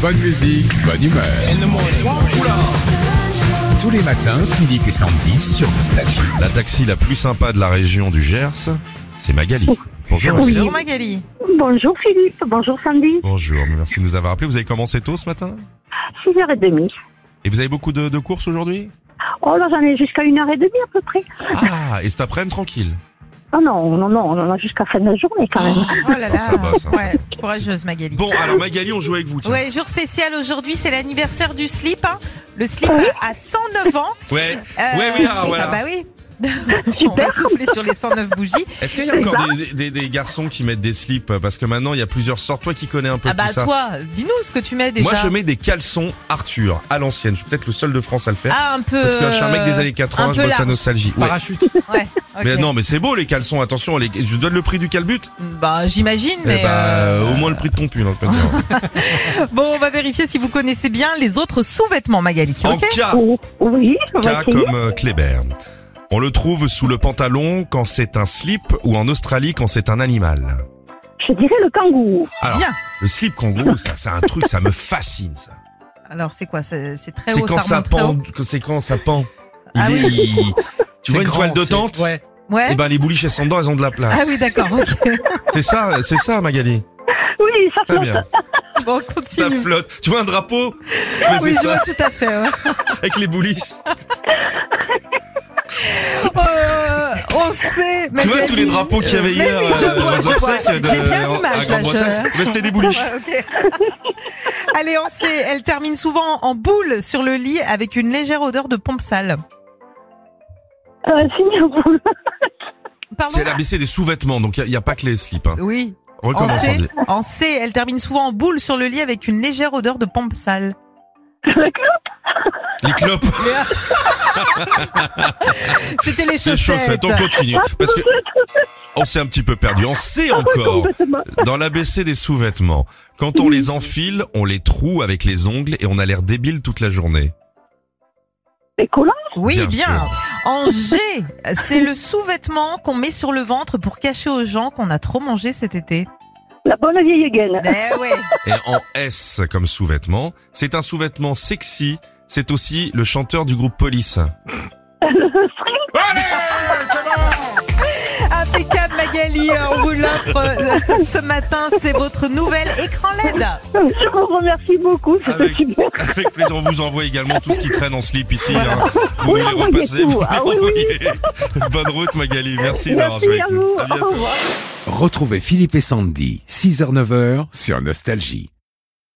Bonne musique, bonne humeur. Tous les matins, Philippe et Sandy sur Nostalgie. La taxi la plus sympa de la région du Gers, c'est Magali. Bonjour. Oui. Bonjour Magali. Bonjour Philippe, bonjour Sandy. Bonjour, merci de nous avoir appelés. Vous avez commencé tôt ce matin? 6h30. Et vous avez beaucoup de courses aujourd'hui? Oh là, j'en ai jusqu'à 1h30 à peu près. Ah, et cet après-midi tranquille? Oh non, on a jusqu'à fin de la journée quand même. Oh là là. ça va, ça va. Ouais, courageuse Magali. Bon, alors Magali, on joue avec vous. Tiens. Ouais, jour spécial aujourd'hui, c'est l'anniversaire du slip. Hein. Le slip a 109 ans. Ouais, oui, voilà. Ah bah oui. On va souffler sur les 109 bougies. Est-ce qu'il y a encore des garçons qui mettent des slips? Parce que maintenant, il y a plusieurs sortes. Toi qui connais un peu Ah bah tout ça. toi, dis-nous ce que tu mets déjà. Moi, je mets des caleçons Arthur, à l'ancienne. Je suis peut-être le seul de France à le faire. Ah, un peu. Parce que je suis un mec des années 80, je bosse à Nostalgie. Ouais. Parachute. Ouais, ok. Mais non, mais c'est beau les caleçons, attention, je donne le prix du calbut. Bah j'imagine, mais au moins le prix de ton pull, hein, je peux te dire. bon, on va vérifier si vous connaissez bien les autres sous-vêtements, Magali. En Ok. cas, Oui, on va essayer. comme Kléber. On le trouve sous le pantalon quand c'est un slip ou en Australie quand c'est un animal. Je dirais le kangourou. Alors, Bien. le slip kangourou, ça, c'est un truc, ça me fascine, ça. Alors c'est quoi? C'est très C'est haut, quand ça remonte très haut. pend, c'est quand ça pend. Ah Tu vois une toile de tente? Ouais. Ouais. Eh ben, les bouliches, elles sont dedans, elles ont de la place. Ah oui, d'accord. Ok. C'est ça, Magali. Oui, ça Très flotte. bien. Bon, Ça continue. flotte. Tu vois un drapeau? Mais Oui, c'est je vois ça, tout à fait. Ouais. avec les bouliches. On sait. Tu vois tous les drapeaux qu'il y avait Mais hier oui, je vois, aux je vois. obsèques de J'ai bien à l'image, là, Grande-Bretagne. Mais c'était des bouliches. Ouais, ok. Allez, on sait. Elle termine souvent en boule sur le lit avec une légère odeur de pompe sale. Signez-vous. Pardon? C'est l'ABC des sous-vêtements, donc il y a pas que les slips. Hein. Oui. Recommence, Sandy. En C, elle termine souvent en boule sur le lit avec une légère odeur de pompe sale. Les clopes, C'était les les chaussettes. chaussettes, on continue. Parce que on s'est un petit peu perdu. On sait encore, dans l'ABC des sous-vêtements, quand on les enfile, on les troue avec les ongles et on a l'air débile toute la journée. Les collants. Oui, Bien bien. sûr. En G, c'est le sous-vêtement qu'on met sur le ventre pour cacher aux gens qu'on a trop mangé cet été. La bonne vieille gaine. Eh ouais. Et en S comme sous-vêtement, c'est un sous-vêtement sexy. C'est aussi le chanteur du groupe Police. Impeccable Magali, on vous l'offre ce matin, c'est votre nouvel écran LED. Je vous remercie beaucoup, c'était Avec, super. avec plaisir, on vous envoie également tout ce qui traîne en slip ici. Hein. Vous Oui, nous les envoyez repassez, tout. vous Ah les oui, envoyez. Bonne route Magali, merci d'avoir Merci joué à avec nous. vous. À bientôt. Au revoir. Retrouvez Philippe et Sandy, 6h-9h sur Nostalgie.